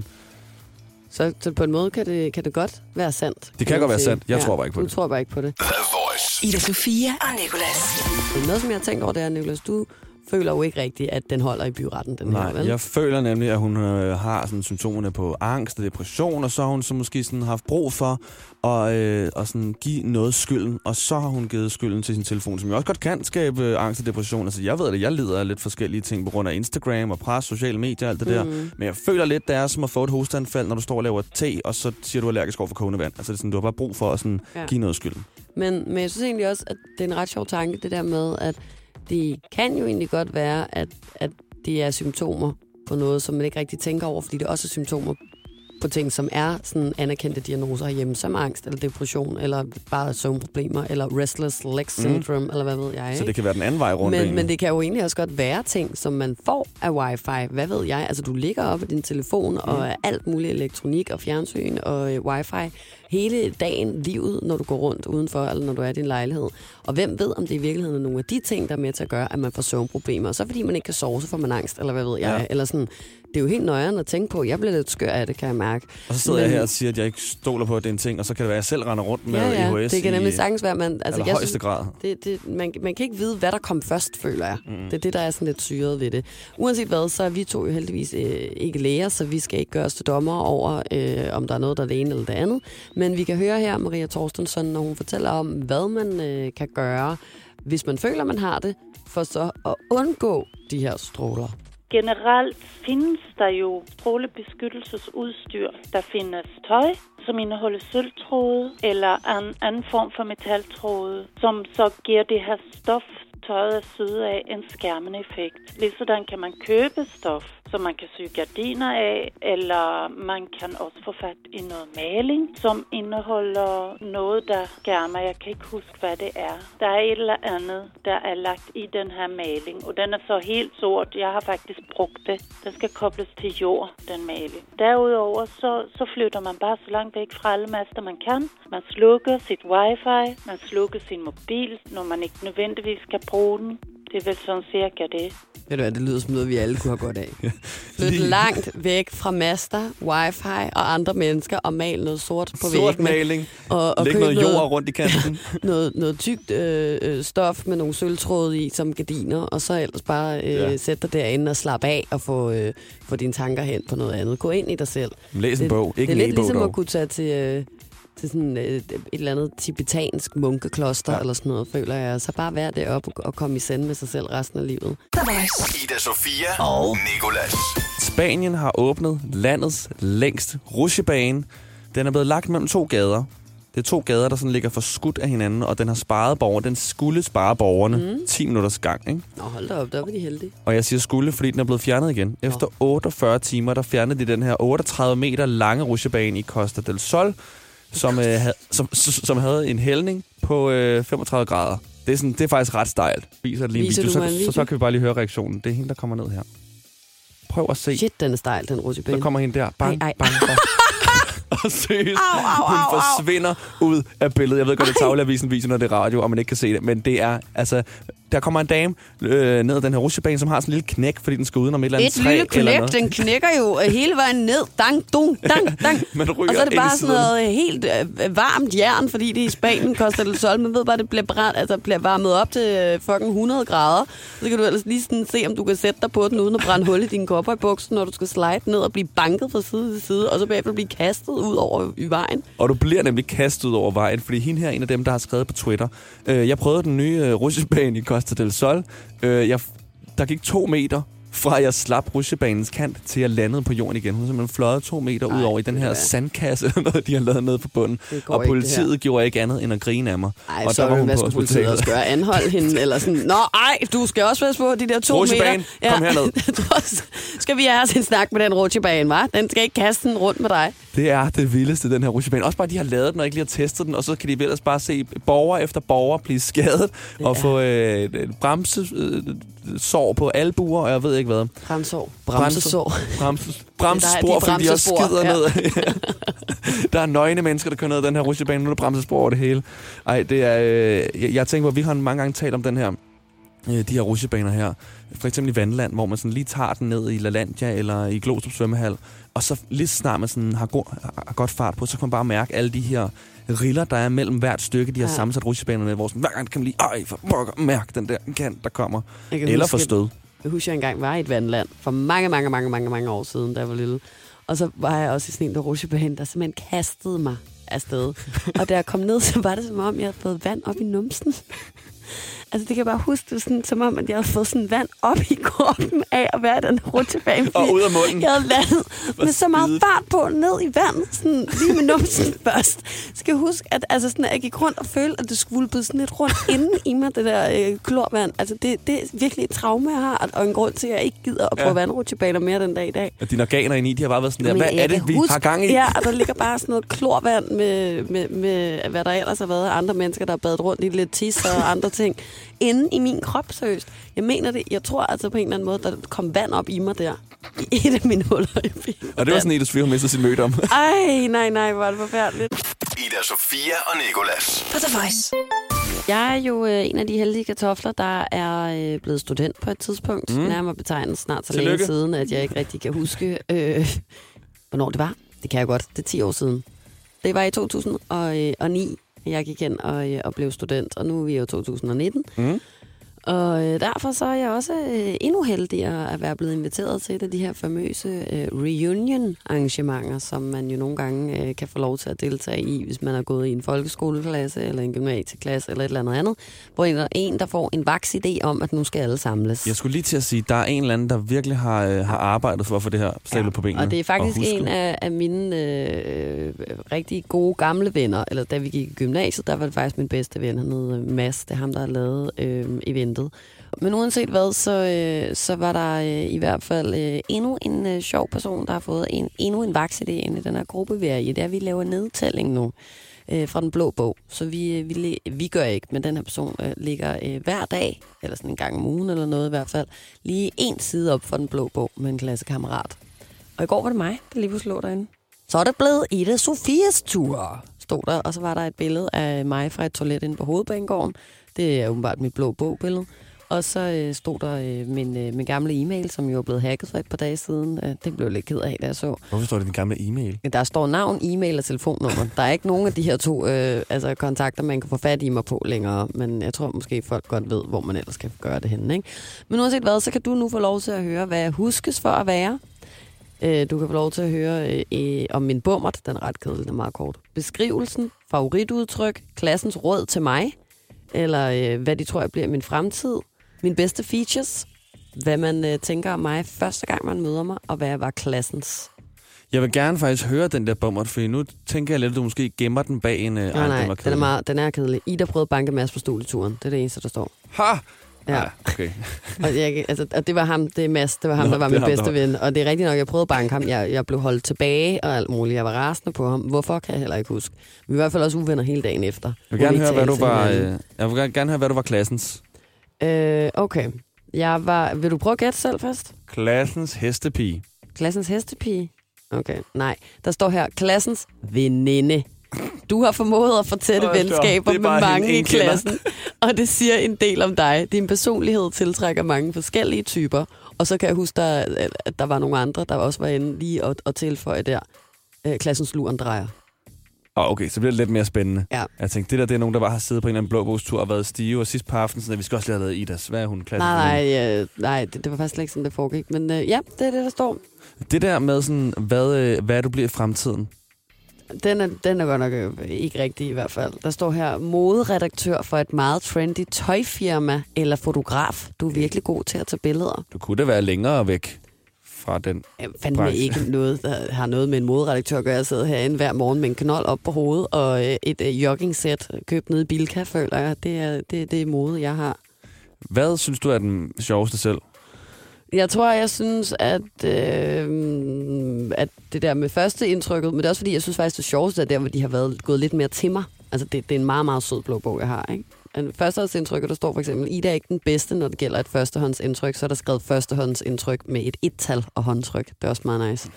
Speaker 4: Så
Speaker 3: på en måde kan det godt være sandt?
Speaker 4: Det kan godt være sandt. Jeg tror bare ikke på det.
Speaker 3: Du tror bare ikke på det.
Speaker 1: Ida Sofia og Nicolas.
Speaker 3: Noget, som jeg har tænkt over, det er, Nicolas, du føler jo ikke rigtigt, at den holder i byretten, den her, vel?
Speaker 4: Jeg føler nemlig, at hun har sådan symptomerne på angst og depression, og så har hun så måske sådan haft brug for at sådan give noget skylden, og så har hun givet skylden til sin telefon, som jo også godt kan skabe angst og depression. Altså, jeg ved at jeg lider af lidt forskellige ting på grund af Instagram og pres, sociale medier og alt det der, men jeg føler lidt, det er som at få et hosteanfald, når du står og laver te, og så siger du allergisk over for kogende vand. Altså, det er sådan, du har bare brug for at sådan give noget skylden.
Speaker 3: Men jeg synes egentlig også, at det er en ret sjov tanke, det der med, at det kan jo egentlig godt være, at det er symptomer på noget, som man ikke rigtig tænker over, fordi det er også symptomer på ting, som er sådan anerkendte diagnoser herhjemme, som angst eller depression, eller bare søvnproblemer, eller restless leg syndrome, eller hvad ved jeg.
Speaker 4: Så det kan være den anden vej rundt.
Speaker 3: Men det kan jo egentlig også godt være ting, som man får af wifi. Hvad ved jeg? Altså, du ligger op på din telefon, og alt muligt elektronik og fjernsyn og wifi hele dagen, livet, når du går rundt udenfor, eller når du er i din lejlighed. Og hvem ved, om det i virkeligheden er nogle af de ting, der er med til at gøre, at man får søvnproblemer. Og så fordi man ikke kan sove, så får man angst, eller hvad ved jeg. Ja. Eller sådan, det er jo helt nøjeren at tænke på. Jeg bliver lidt skør af det, kan jeg mærke.
Speaker 4: Og så sidder jeg her og siger, at jeg ikke stoler på, at det er en ting, og så kan det være, at jeg selv render rundt med ADHD
Speaker 3: det kan nemlig sagtens være, man... Altså,
Speaker 4: jeg højeste grad.
Speaker 3: Man kan ikke vide, hvad der kom først, føler jeg. Det er det, der er sådan lidt syret ved det. Uanset hvad, så er vi to jo heldigvis ikke læger, så vi skal ikke gøre os til dommer over, om der er noget, der er det ene eller det andet. Men vi kan høre her Maria Torstensson, når hun fortæller om, hvad man kan gøre, hvis man føler, man har det, for så at undgå de her stråler.
Speaker 7: Generelt findes der jo strålebeskyttelsesudstyr. Der findes tøj, som indeholder sølvtråde eller anden form for metaltråde, som så giver det her stof, tøjet er syet af, en skærmende effekt. Ligesådan kan man købe stof, som man kan sy gardiner af, eller man kan også få fat i noget maling, som indeholder noget, der skærmer. Jeg kan ikke huske, hvad det er. Der er et eller andet, der er lagt i den her maling, og den er så helt sort. Jeg har faktisk brugt det. Den skal kobles til jord, den maling. Derudover, så flytter man bare så langt væk fra alle master, man kan. Man slukker sit wifi, man slukker sin mobil, når man ikke nødvendigvis skal bruge den. Det er vel sådan cirka det.
Speaker 3: Ved du hvad, det lyder som noget, vi alle kunne have godt af. Flytte langt væk fra master, wifi og andre mennesker og male noget sort på væggene.
Speaker 4: Sort maling.
Speaker 3: Og
Speaker 4: lægge noget jord rundt i kanten.
Speaker 3: noget tykt stof med nogle sølvtråde i som gardiner, og så ellers bare sætte dig derinde og slappe af og få dine tanker hen på noget andet. Gå ind i dig selv.
Speaker 4: Læs en bog. Ikke
Speaker 3: det er lidt ligesom at kunne tage til sådan et eller andet tibetansk munkekloster eller sådan noget, føler jeg. Så bare være deroppe og komme i send med sig selv resten af livet.
Speaker 2: Ida Sofia og Nicolas.
Speaker 4: Spanien har åbnet landets længste rutsjebane. Den er blevet lagt mellem 2 gader. Det er 2 gader, der sådan ligger for skudt af hinanden, og den har sparet borgerne. Den skulle spare borgerne 10 minutters gang, ikke?
Speaker 3: Nå, hold da op, der var de heldige.
Speaker 4: Og jeg siger skulle, fordi den er blevet fjernet igen. Efter 48 timer, der fjernede de den her 38 meter lange rutsjebane i Costa del Sol, som havde en hældning på 35 grader. Det er faktisk ret stejlt. Viser det lige en video, så kan vi bare lige høre reaktionen. Det er hende, der kommer ned her. Prøv at se.
Speaker 3: Shit, den er stejl, den rutsjebane.
Speaker 4: Så kommer hende der. Bang, bang, bang. Og seriøst, hun forsvinder ud af billedet. Jeg ved godt, at Tavleavisen viser, når det er radio, og man ikke kan se det. Men det er, altså... Der kommer en dame ned ad den her rutsjebane, som har sådan en lille knæk, fordi den skal udenom et eller andet træ.
Speaker 3: Et lille knæk, den knækker jo hele vejen ned. Dang, dung, dang, dang. Og så er det bare sådan noget helt varmt jern, fordi det er i Spanien, Costa del Sol. Man ved bare, det bliver varmet op til fucking 100 grader. Så kan du ellers lige sådan se, om du kan sætte dig på den, uden at brænde hul i dine kopper i buksen, når du skal slide ned og blive banket fra side til side, og så bagefter blive kastet ud over i vejen. Og
Speaker 4: du bliver nemlig kastet ud over vejen, fordi hende her er en af dem, der har skrevet på Twitter. Jeg prøvede den nye rutsjebane i Costa del Sol. Der gik 2 meter fra jeg slap rutsjebanens kant til jeg landede på jorden igen. Hun er simpelthen fløjet 2 meter ud over i den her sandkasse, noget de har lavet nede på bunden. Og politiet gjorde ikke andet end at grine af mig.
Speaker 3: Og så var hun på politiet og skulle anholde hende, eller sådan, nå, du skal også være på de der 2 meter.
Speaker 4: Kom herned.
Speaker 3: Skal vi have sin snak med den rutsjebane, hva'? Den skal ikke kaste den rundt med dig.
Speaker 4: Det er det vildeste, den her rutsjebane. Også bare, de har lavet den og ikke lige har testet den, og så kan de ellers bare se borger efter borger blive skadet og få bremsesår på albuer, og jeg ved ikke hvad.
Speaker 3: Bremsesår.
Speaker 4: Bremsespor, fordi de også skider ned. Der er nøgne mennesker, der kører ned ad den her rutsjebane. Nu er der bremsespor over det hele. Ej, det er... jeg tænker på, at vi har mange gange talt om den her... de her rutsjebaner her. For eksempel i Vandland, hvor man sådan lige tager den ned i LaLandia eller i Glostrup svømmehal. Og så lige snart man sådan har godt fart på, så kan man bare mærke alle de her riller, der er mellem hvert stykke, de har sammensat rutsjebanerne, hvor sådan, hver gang kan man lige, mærke den der kant, der kommer. Eller for stød.
Speaker 3: Jeg husker, jeg engang var i et vandland for mange år siden, da jeg var lille. Og så var jeg også i sådan en der rutsjebane, der simpelthen kastede mig afsted. Og da jeg kom ned, så var det som om, jeg havde fået vand op i numsen. Altså, det kan jeg bare huske, det sådan, som om, at jeg havde fået sådan vand op i kroppen af at være den rutsjebane.
Speaker 4: Og ud af munden.
Speaker 3: Jeg havde landet med så meget fart på ned i vandet, sådan lige med numsen først. Så skal jeg huske, at, altså, sådan, at jeg gik rundt og følte, at det skvulpede sådan lidt rundt inden i mig, det der klorvand. Altså, det er virkelig et traume, jeg har, og en grund til, at jeg ikke gider at prøve vandrutsjebaner mere den dag i dag.
Speaker 4: Og dine organer inde i, de har bare været sådan der, hvad er det, vi har gang i?
Speaker 3: Ja, og der ligger bare sådan noget klorvand med hvad der ellers har været andre mennesker, der har badet rundt i lidt tis og andre ting. Inde i min krop, seriøst. Jeg mener det. Jeg tror altså på en eller anden måde, der kom vand op i mig der. I et af mine huller.
Speaker 4: Og det var sådan en, der har mistet sin møde om.
Speaker 3: Nej, hvor er det forfærdeligt.
Speaker 2: Ida Sofia og Nicolas.
Speaker 1: På The Voice.
Speaker 3: Jeg er jo en af de heldige kartofler, der er blevet student på et tidspunkt. Nærmere betegnet snart så længe siden, at jeg ikke rigtig kan huske, hvornår det var. Det kan jeg godt. Det er 10 år siden. Det var i 2009. Jeg gik hen og blev student, og nu er vi jo 2019. Og derfor så er jeg også endnu heldigere at være blevet inviteret til et af de her famøse reunion-arrangementer, som man jo nogle gange kan få lov til at deltage i, hvis man er gået i en folkeskoleklasse eller en gymnasieklasse eller et eller andet, hvor en, der får en vaks idé om, at nu skal alle samles.
Speaker 4: Jeg skulle lige til at sige, at der er en eller anden, der virkelig har arbejdet for at få det her stablet på benene.
Speaker 3: Og det er faktisk en af mine rigtig gode gamle venner, eller da vi gik i gymnasiet, der var det faktisk min bedste ven, han hed Mads, det er ham, der har lavet eventet. Men uanset hvad, så var der i hvert fald endnu en sjov person, der har fået endnu en vaksidé ind i den her gruppe, vi er i. Det er, at vi laver nedtælling nu fra den blå bog. Så vi gør ikke, men den her person ligger hver dag, eller sådan en gang om ugen eller noget i hvert fald, lige en side op fra den blå bog med en klassekammerat. Og i går var det mig, der lige pludselig lå derinde. Så er det blevet Ida Sofias tur, stod der, og så var der et billede af mig fra et toilet inde på Hovedbanegården. Det er åbenbart mit blå bogbillede. Og så stod der min gamle e-mail, som jo er blevet hacket for et par dage siden. Det blev jeg lidt ked af, da jeg så.
Speaker 4: Hvorfor står det din gamle e-mail?
Speaker 3: Der står navn, e-mail og telefonnummer. Der er ikke nogen af de her to kontakter, man kan få fat i mig på længere. Men jeg tror måske, folk godt ved, hvor man ellers kan gøre det henne. Ikke? Men uanset hvad, så kan du nu få lov til at høre, hvad jeg huskes for at være. Du kan få lov til at høre om min bummert. Den er ret kedelig, den er meget kort. Beskrivelsen, favoritudtryk, klassens råd til mig. Eller hvad de tror, jeg bliver i min fremtid. Mine bedste features. Hvad man tænker om mig første gang, man møder mig. Og hvad jeg var klassens.
Speaker 4: Jeg vil gerne faktisk høre den der bommert, for nu tænker jeg lidt, at du måske gemmer den bag en...
Speaker 3: Nej, den er kedelig. Ida prøvede at banke Mads på studieturen. Det er det eneste, der står.
Speaker 4: Ha!
Speaker 3: Ja,
Speaker 4: okay.
Speaker 3: og det var ham, det er Mads, det var ham, der var min bedste ven. Og det er rigtigt nok, jeg prøvede at banke ham. Jeg blev holdt tilbage og alt muligt. Jeg var rasende på ham. Hvorfor, kan jeg heller ikke huske. Vi var i hvert fald også uvenner hele dagen efter.
Speaker 4: Jeg vil gerne høre, hvad du var klassens.
Speaker 3: Okay. Vil du prøve at gætte selv først?
Speaker 4: Klassens hestepige.
Speaker 3: Klassens hestepige? Okay, nej. Der står her, klassens veninde. Du har formået at fortætte venskaber med mange i klassen, og det siger en del om dig. Din personlighed tiltrækker mange forskellige typer, og så kan jeg huske, at der var nogle andre, der også var inde lige at tilføje der. Klassens lurendrejer.
Speaker 4: Okay, så bliver det lidt mere spændende.
Speaker 3: Ja.
Speaker 4: Jeg tænkte, det er nogen, der bare har siddet på en eller anden blåbogstur og været stive, og sidst på aftenen, så vi skal også lige have lavet Idas. Hvad er hun?
Speaker 3: Nej, det var faktisk slet ikke sådan, det foregik. Men ja, det er det, der står.
Speaker 4: Det der med sådan, hvad du bliver i fremtiden.
Speaker 3: Den er godt nok ikke rigtig i hvert fald. Der står her, moderedaktør for et meget trendy tøjfirma eller fotograf. Du er virkelig god til at tage billeder.
Speaker 4: Du kunne da være længere væk fra den.
Speaker 3: Jeg fandt mig ikke noget, der har noget med en moderedaktør at gøre. Jeg sidder herinde hver morgen med en knold op på hovedet og et joggingsæt købt nede i Bilka, føler jeg. Det er mode, jeg har.
Speaker 4: Hvad synes du er den sjoveste selv?
Speaker 3: Jeg synes, at det der med første indtrykket, men det er også fordi, jeg synes faktisk, det sjoveste er der, hvor de har gået lidt mere til mig. Altså, det er en meget, meget sød blå bog, jeg har, ikke? Førstehåndsindtrykket, der står for eksempel, Ida er ikke den bedste, når det gælder et førstehåndsindtryk, så er der skrevet førstehåndsindtryk med et ettal og håndtryk. Det er også meget nice.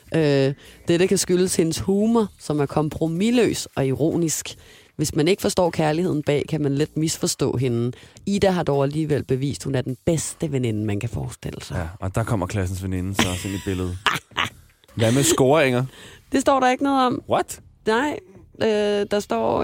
Speaker 3: Det kan skyldes hendes humor, som er kompromisløs og ironisk. Hvis man ikke forstår kærligheden bag, kan man let misforstå hende. Ida har dog alligevel bevist, hun er den bedste veninde, man kan forestille sig.
Speaker 4: Ja, og der kommer klassens veninde så også ind i billedet. Hvad med scoringer?
Speaker 3: Det står der ikke noget om.
Speaker 4: What?
Speaker 3: Nej, der står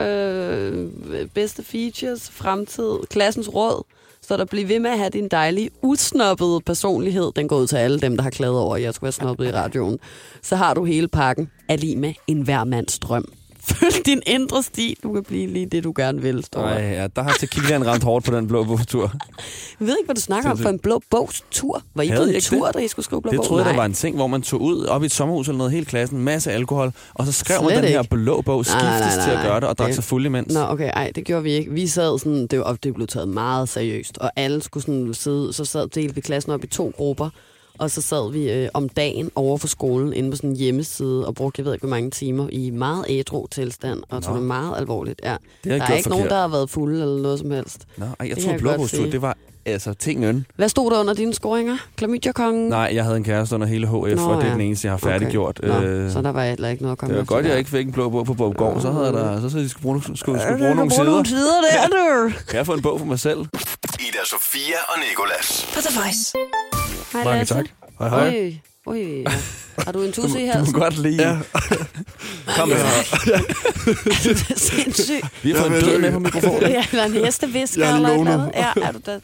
Speaker 3: bedste features, fremtid, klassens råd. Så der bliver ved med at have din dejlige, usnoppede personlighed. Den går ud til alle dem, der har klaget over, at jeg skulle være snoppet i radioen. Så har du hele pakken af lige med en hver mands drøm. Følg din indre sti. Du kan blive lige det, du gerne vil.
Speaker 4: Ja, der har tequilaen ramt hårdt på den blå bogstur.
Speaker 3: Jeg ved ikke, hvad du snakker om for en blå bogstur. Var I på en tur, da I skulle skrive blå bog?
Speaker 4: Det troede jeg, der var en ting, hvor man tog ud op i et sommerhus eller noget, hele klassen, en masse alkohol, og så skrev man den her blå bog, skiftes til at gøre det, og drak sig fuld imens.
Speaker 3: Nå, okay, det gjorde vi ikke. Vi sad sådan, det blev taget meget seriøst, og alle skulle sådan sidde, så delte vi klassen op i 2 grupper, og så sad vi om dagen over for skolen inde på sådan en hjemmeside og brugte, jeg ved ikke, hvor mange timer i meget ædru tilstand, og tog det meget alvorligt. Ja. Der er ikke nogen, der har været fulde eller noget som helst.
Speaker 4: Jeg tror blåbogstur, det var altså tingen.
Speaker 3: Hvad stod der under dine scoringer? Klamydia-kongen?
Speaker 4: Nej, jeg havde en kæreste under hele HF, og det er den eneste, jeg har færdiggjort.
Speaker 3: Så der var heller ikke noget at komme.
Speaker 4: Det var godt, jeg ikke fik en blå bog på Bogård, så havde jeg så de skulle bruge nogle sider.
Speaker 3: Nogle sider der, du.
Speaker 4: Kan jeg få en bog for mig selv?
Speaker 2: Ida Sofia og Nicolas.
Speaker 1: På The Voice.
Speaker 3: Hej,
Speaker 8: mange tak. Hej.
Speaker 3: Oj. Har du en tusse i halsen?
Speaker 4: Du må godt lide. Ja. Kom med her.
Speaker 3: Det er sindssygt.
Speaker 4: Vi har fået en død med på mikrofonen.
Speaker 3: Ja, eller en hestevisker.
Speaker 8: Jeg er
Speaker 3: eller ja, er du da?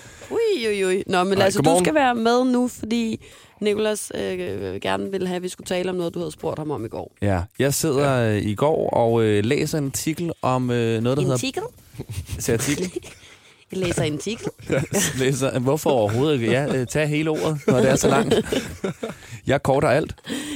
Speaker 3: Ui. Nå, men altså, du skal være med nu, fordi Nicolas gerne ville have, at vi skulle tale om noget, du havde spurgt ham om i går.
Speaker 4: Ja, jeg sidder i går og læser en artikel om noget, der hedder...
Speaker 3: Artikel?
Speaker 4: Artikel?
Speaker 3: Jeg læser en artikel.
Speaker 4: Læser. Hvorfor overhovedet ikke? Ja, tag hele ordet, når det er så langt. Jeg korter alt.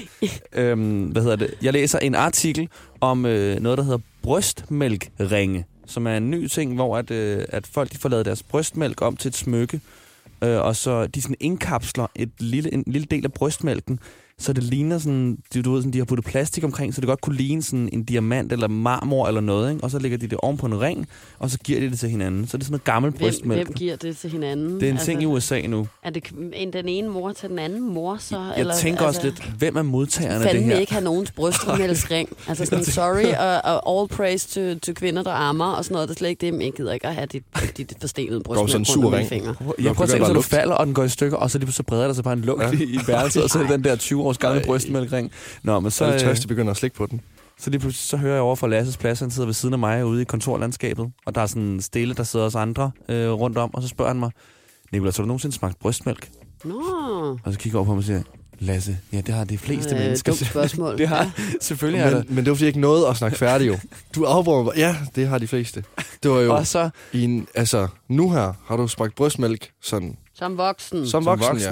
Speaker 4: Jeg læser en artikel om noget, der hedder brystmælkringe, som er en ny ting, hvor at folk de får lavet deres brystmælk om til et smykke, og så de sådan indkapsler en lille del af brystmælken, så det ligner sådan, du ved, sådan, de har puttet plastik omkring, så det godt kunne ligne sådan en diamant eller marmor eller noget, ikke? Og så lægger de det oven på en ring, og så giver de det til hinanden. Så det er sådan noget gammelt brystmælk.
Speaker 3: Hvem giver det til hinanden?
Speaker 4: Det er en ting i USA nu.
Speaker 3: Er det den ene mor til den anden mor så?
Speaker 4: Jeg tænker også lidt, hvem er modtagerne af det her?
Speaker 3: Fandme ikke have nogens brystmælksring. Altså sådan, sorry, og all praise to kvinder, der ammer og sådan noget. Det er slet ikke det, men jeg gider ikke at have dit forstenede brystmælk rundt om mine fingre.
Speaker 4: Jeg prøver at tænke, så du falder, og den går i stykker, og så breder der sig bare en lugt i værelset, og så er den der 20 års gamle brystmælkring. Nå, men så
Speaker 8: er det tørste begynder at slikke på den.
Speaker 4: Så hører jeg over fra Lasses plads, han sidder ved siden af mig ude i kontorlandskabet, og der er sådan stille, der sidder også andre rundt om, og så spørger han mig, Nicolas, har du nogensinde smagt brystmælk?
Speaker 3: Nå.
Speaker 4: Og så kigger jeg over på mig og siger, Lasse, ja, det har de fleste mennesker.
Speaker 3: Dumt spørgsmål.
Speaker 4: Det har selvfølgelig er det.
Speaker 8: Men det var fordi jeg ikke nåede at snakke færdig jo. Du afbruger mig. Ja, det har de fleste. Det var jo nu her har du smagt brystmælk sådan.
Speaker 3: Som voksen.
Speaker 8: Som voksen, ja.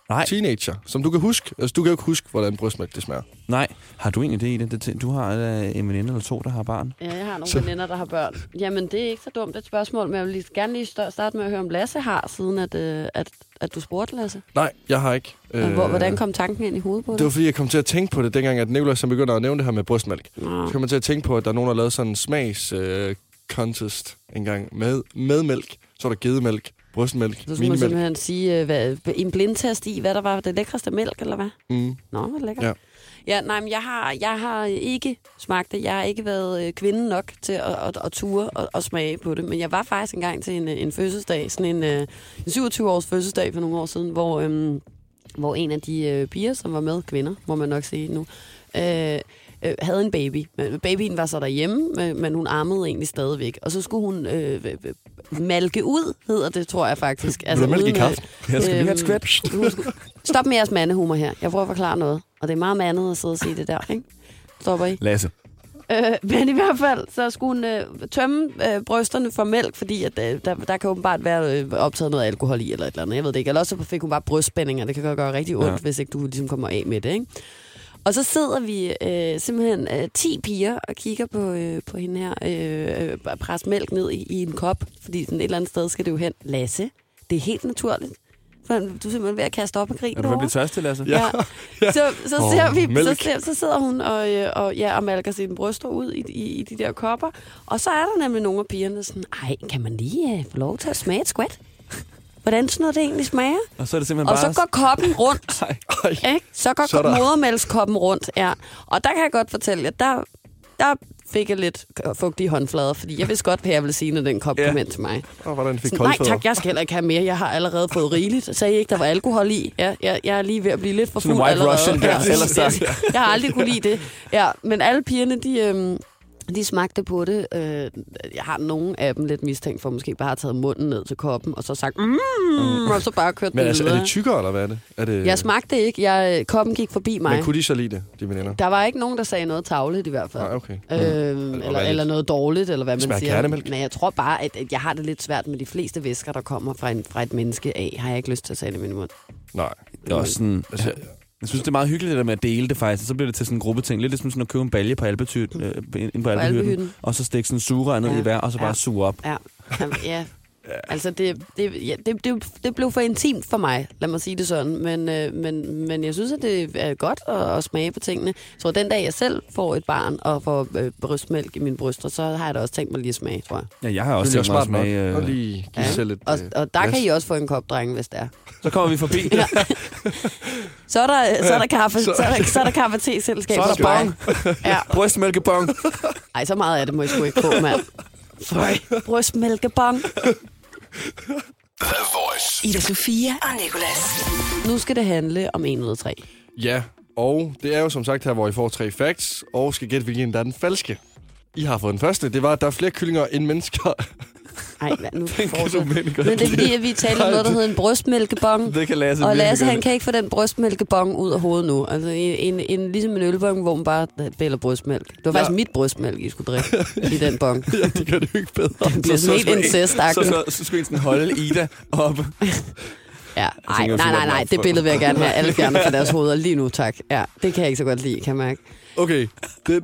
Speaker 8: teenager, som du kan huske. Altså, du kan jo ikke huske, hvordan brystmælk det smager.
Speaker 4: Nej. Har du en idé i det? Du har en veninde eller 2, der har barn.
Speaker 3: Ja, jeg har nogle veninder, der har børn. Jamen, det er ikke så dumt et spørgsmål, men jeg vil gerne lige starte med at høre, om Lasse har, siden at du spurgte, Lasse.
Speaker 8: Nej, jeg har ikke.
Speaker 3: Hvordan kom tanken ind i hovedet på det?
Speaker 8: Det var, fordi jeg kom til at tænke på det, dengang at Nicolaj som begynder at nævne det her med brystmælk. Så kom man til at tænke på, at der er nogen, der har lavet sådan en smags contest engang med mælk. Så er der gedemælk, brystmælk,
Speaker 3: så skulle man simpelthen sige, en blindtest i, hvad der var det lækreste mælk, eller hvad? Nå, hvad lækkert. Ja, nej, men jeg har ikke smagt det. Jeg har ikke været kvinde nok til at ture og smage på det. Men jeg var faktisk engang til en fødselsdag, sådan en 27-års fødselsdag for nogle år siden, hvor en af de piger, som var med, kvinder, må man nok sige nu, havde en baby. Babyen var så derhjemme, men hun ammede egentlig stadigvæk. Og så skulle hun malke ud, hedder det, tror jeg faktisk.
Speaker 8: Altså, mælk i kaffe?
Speaker 4: Jeg skal lige have et skvæt.
Speaker 3: Stop med jeres mandehumor her. Jeg prøver at forklare noget. Og det er meget mandet at sidde og sige det der, ikke? Stopper I?
Speaker 4: Lasse.
Speaker 3: Men i hvert fald, så skulle hun tømme brysterne for mælk, fordi at, der kan åbenbart være optaget noget alkohol i, eller et eller andet. Jeg ved det ikke. Eller også fik hun bare brystspændinger. Det kan gøre rigtig ondt, hvis ikke du ligesom kommer af med det, ikke? Og så sidder vi simpelthen 10 piger og kigger på hende her, presse mælk ned i en kop, fordi sådan et eller andet sted skal det jo hen. Lasse, det er helt naturligt. Du er simpelthen ved at kaste op og grine.
Speaker 4: Er du ved at blive tørstig, Lasse?
Speaker 3: Ja. Så sidder hun og malker sine bryster ud i de der kopper. Og så er der nemlig nogle af pigerne sådan, kan man lige få lov til at smage et skvæt? Hvordan sådan noget det egentlig smager?
Speaker 4: Og så er det simpelthen
Speaker 3: bare... Og så går koppen rundt. Så går modermælkskoppen rundt, ja. Og der kan jeg godt fortælle, at der fik jeg lidt fugtige håndflader, fordi jeg vidste godt, hvad jeg ville sige, når den kop kom ind til mig.
Speaker 8: Og hvordan fik
Speaker 3: nej tak, jeg skal heller ikke have mere. Jeg har allerede fået rigeligt. Sagde I ikke, der var alkohol i? Ja, jeg er lige ved at blive lidt for fuld allerede. Jeg har aldrig kunne lide det. Ja, men alle pigerne, de smagte på det. Jeg har nogle af dem lidt mistænkt for, måske bare har taget munden ned til koppen, og så sagt, og så bare kørt den videre.
Speaker 8: Men er det tykkere, eller hvad er det?
Speaker 3: Jeg smagte ikke. Koppen gik forbi mig.
Speaker 8: Men kunne de så lide det, de veninder?
Speaker 3: Der var ikke nogen, der sagde noget tarveligt i hvert fald.
Speaker 8: Okay.
Speaker 3: Eller noget dårligt, eller hvad man siger.
Speaker 8: Kærnemælk?
Speaker 3: Men jeg tror bare, at jeg har det lidt svært med de fleste væsker, der kommer fra et menneske af. Har jeg ikke lyst til at tage det i min mund.
Speaker 8: Nej.
Speaker 4: Det er også sådan... Jeg synes, det er meget hyggeligt det der med at dele det faktisk, og så bliver det til sådan en gruppeting. Lidt ligesom sådan at købe en balje på Alpehytten, og så stikke sådan en sugerør ned i hver, og så bare suge op.
Speaker 3: Ja. Altså, det blev for intimt for mig, lad mig sige det sådan. Men jeg synes, at det er godt at smage på tingene. Så den dag, jeg selv får et barn og får brystmælk i mine bryster, så har jeg da også tænkt mig lige at smage, tror jeg.
Speaker 4: Ja, jeg har også tænkt mig at smage.
Speaker 8: Og lige give selv lidt,
Speaker 3: og der kan I også få en kop, drenge, hvis det er.
Speaker 4: Så kommer vi forbi.
Speaker 3: Så er der kaffe, så er der kaffe-te-selskab.
Speaker 4: Så er der bong.
Speaker 3: Ja.
Speaker 4: Brystmælkebong.
Speaker 3: Ej, så meget af det må I sgu ikke få, mand. Brystmælkebong.
Speaker 2: The Voice.
Speaker 1: Ida Sofia og Nicolas.
Speaker 3: Nu skal det handle om 1 ud af 3.
Speaker 8: Ja, og det er jo som sagt her, hvor I får 3 facts, og skal gætte, hvilken der er den falske. I har fået den første. Det var, at der er flere kyllinger end mennesker.
Speaker 3: Ej, nu men det er fordi, at vi taler om noget, der hedder en brystmælkebong.
Speaker 4: Det kan Lasse.
Speaker 3: Og Lasse, han kan ikke få den brystmælkebong ud af hovedet nu. Altså ligesom en ølbong, hvor man bare bæller brystmælk. Det var faktisk mit brystmælk, I skulle drikke i den bong.
Speaker 8: Ja, det gør det jo ikke bedre.
Speaker 3: Det bliver sådan helt incest-agtigt.
Speaker 4: Så skulle I sådan holde Ida op.
Speaker 3: Ja, nej, det billede vil jeg gerne have alle fjerner fra deres hoveder lige nu, tak. Ja, det kan jeg ikke så godt lide, kan jeg mærke.
Speaker 8: Okay, det...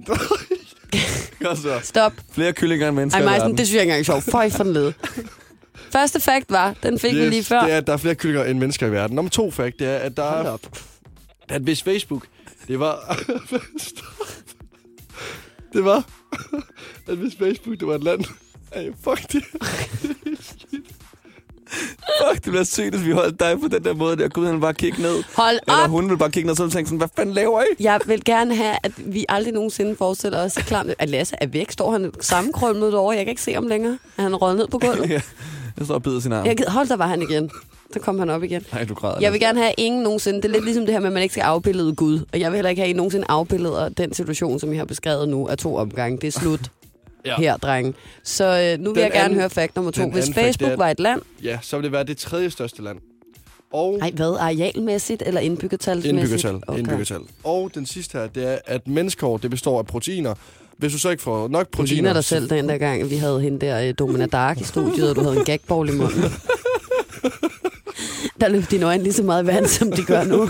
Speaker 3: Stop.
Speaker 4: Flere kyllinger end mennesker.
Speaker 3: Ej, Majsen, det synes jeg ikke engang sjovt. Føj for den led. Første fact var, den fik vi lige før.
Speaker 8: Det er, at der er flere kyllinger end mennesker i verden. Nummer 2 fact, det er, at der er... At hvis Facebook, det var... det var... At hvis Facebook, det var et land... Ej, fuck det.
Speaker 4: Fuck, det bliver sygt, hvis vi holdt dig på den der måde der. Gud, han vil bare kigge ned.
Speaker 3: Hold op!
Speaker 4: Eller hun vil bare kigge ned, så tænke sådan, hvad fanden laver I?
Speaker 3: Jeg vil gerne have, at vi aldrig nogensinde forestiller os, at Lasse er væk. Står han sammenkrølmet derovre? Jeg kan ikke se ham længere. Er han røget ned på gulvet?
Speaker 4: Ja, jeg står og bider sin arm.
Speaker 3: Hold da, var han igen. Så kom han op igen.
Speaker 4: Nej, du græder.
Speaker 3: Jeg vil gerne have ingen nogensinde. Det er lidt ligesom det her med, at man ikke skal afbillede Gud. Og jeg vil heller ikke have, at I nogensinde afbilleder den situation, som I har beskrevet nu, af 2 omgange. Det er slut. Ja. Her, drenge. Så nu vil jeg gerne høre fact nummer 2. Hvis Facebook var et land...
Speaker 8: Ja, så vil det være det 3. største land. Og
Speaker 3: ej, hvad? Arealmæssigt eller indbyggertalsmæssigt?
Speaker 8: Indbyggertal. Og den sidste her, det er, at menneskehår, det består af proteiner. Hvis du så ikke får nok proteiner... Du
Speaker 3: ligner dig selv den der gang, vi havde hende der Domina Dark i studiet, og du havde en gagball i munden. Der løb dine øjne lige så meget vand, som de gør nu.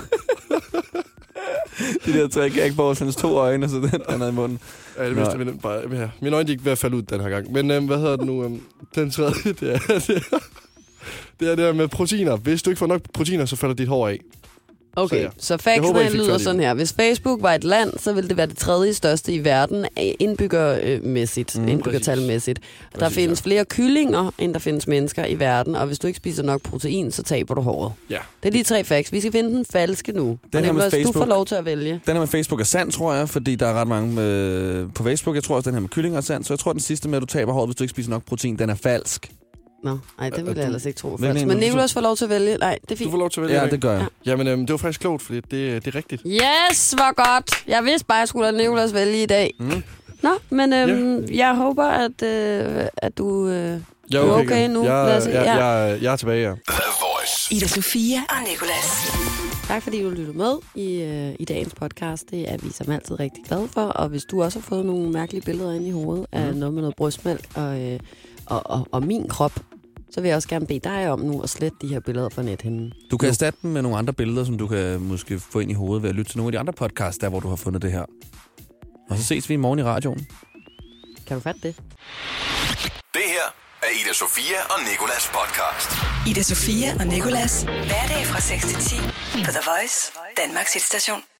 Speaker 4: De der 3 gagballs, hans 2 øjne, og så den er i munden.
Speaker 8: Ja, det vidste jeg bare. Ja. Mine øjne er ikke ved at falde ud den her gang. Men hvad hedder det nu? Den tredje, det er det her med proteiner. Hvis du ikke får nok proteiner, så falder dit hår af.
Speaker 3: Okay, så factsene lyder sådan her. Hvis Facebook var et land, så ville det være det 3. største i verden indbyggertalmæssigt. Der findes flere kyllinger, end der findes mennesker i verden, og hvis du ikke spiser nok protein, så taber du håret.
Speaker 8: Ja.
Speaker 3: Det er de 3 facts. Vi skal finde den falske nu.
Speaker 4: Den her med Facebook,
Speaker 3: du får lov til at vælge.
Speaker 4: Den her med Facebook er sand, tror jeg, fordi der er ret mange på Facebook. Jeg tror også, den her med kyllinger er sand, så jeg tror, den sidste med, at du taber håret, hvis du ikke spiser nok protein, den er falsk.
Speaker 3: Nå, nej, det vil jeg ellers ikke tro. Men Nicolas får lov til at vælge. Nej, det er fint.
Speaker 8: Du får lov til at vælge.
Speaker 4: Ja, det gør jeg.
Speaker 8: Ja. Jamen, det var faktisk klogt, fordi det er rigtigt.
Speaker 3: Yes, hvor godt. Jeg vidste bare, at jeg skulle lade Nicolas vælge i dag. Nå, men jeg håber, at du er okay nu.
Speaker 8: Jeg er tilbage, ja.
Speaker 2: The Voice.
Speaker 1: Ida Sofia og Nicolas.
Speaker 3: Tak fordi du lytter med i dagens podcast. Det er vi som altid rigtig glade for. Og hvis du også har fået nogle mærkelige billeder inde i hovedet af noget med noget brystmælk og min krop, så vil jeg også gerne bede dig om nu at slette de her billeder fra nethinden.
Speaker 4: Du kan erstatte dem med nogle andre billeder, som du kan måske få ind i hovedet ved at lytte til nogle af de andre podcasts, der hvor du har fundet det her. Og så ses vi i morgen i radioen.
Speaker 3: Kan du fatte det?
Speaker 2: Det her er Ida Sofia og Nicolas podcast.
Speaker 1: Ida Sofia og Nicolas. Hverdag fra 6 til 10 på The Voice, Danmarks hitstation.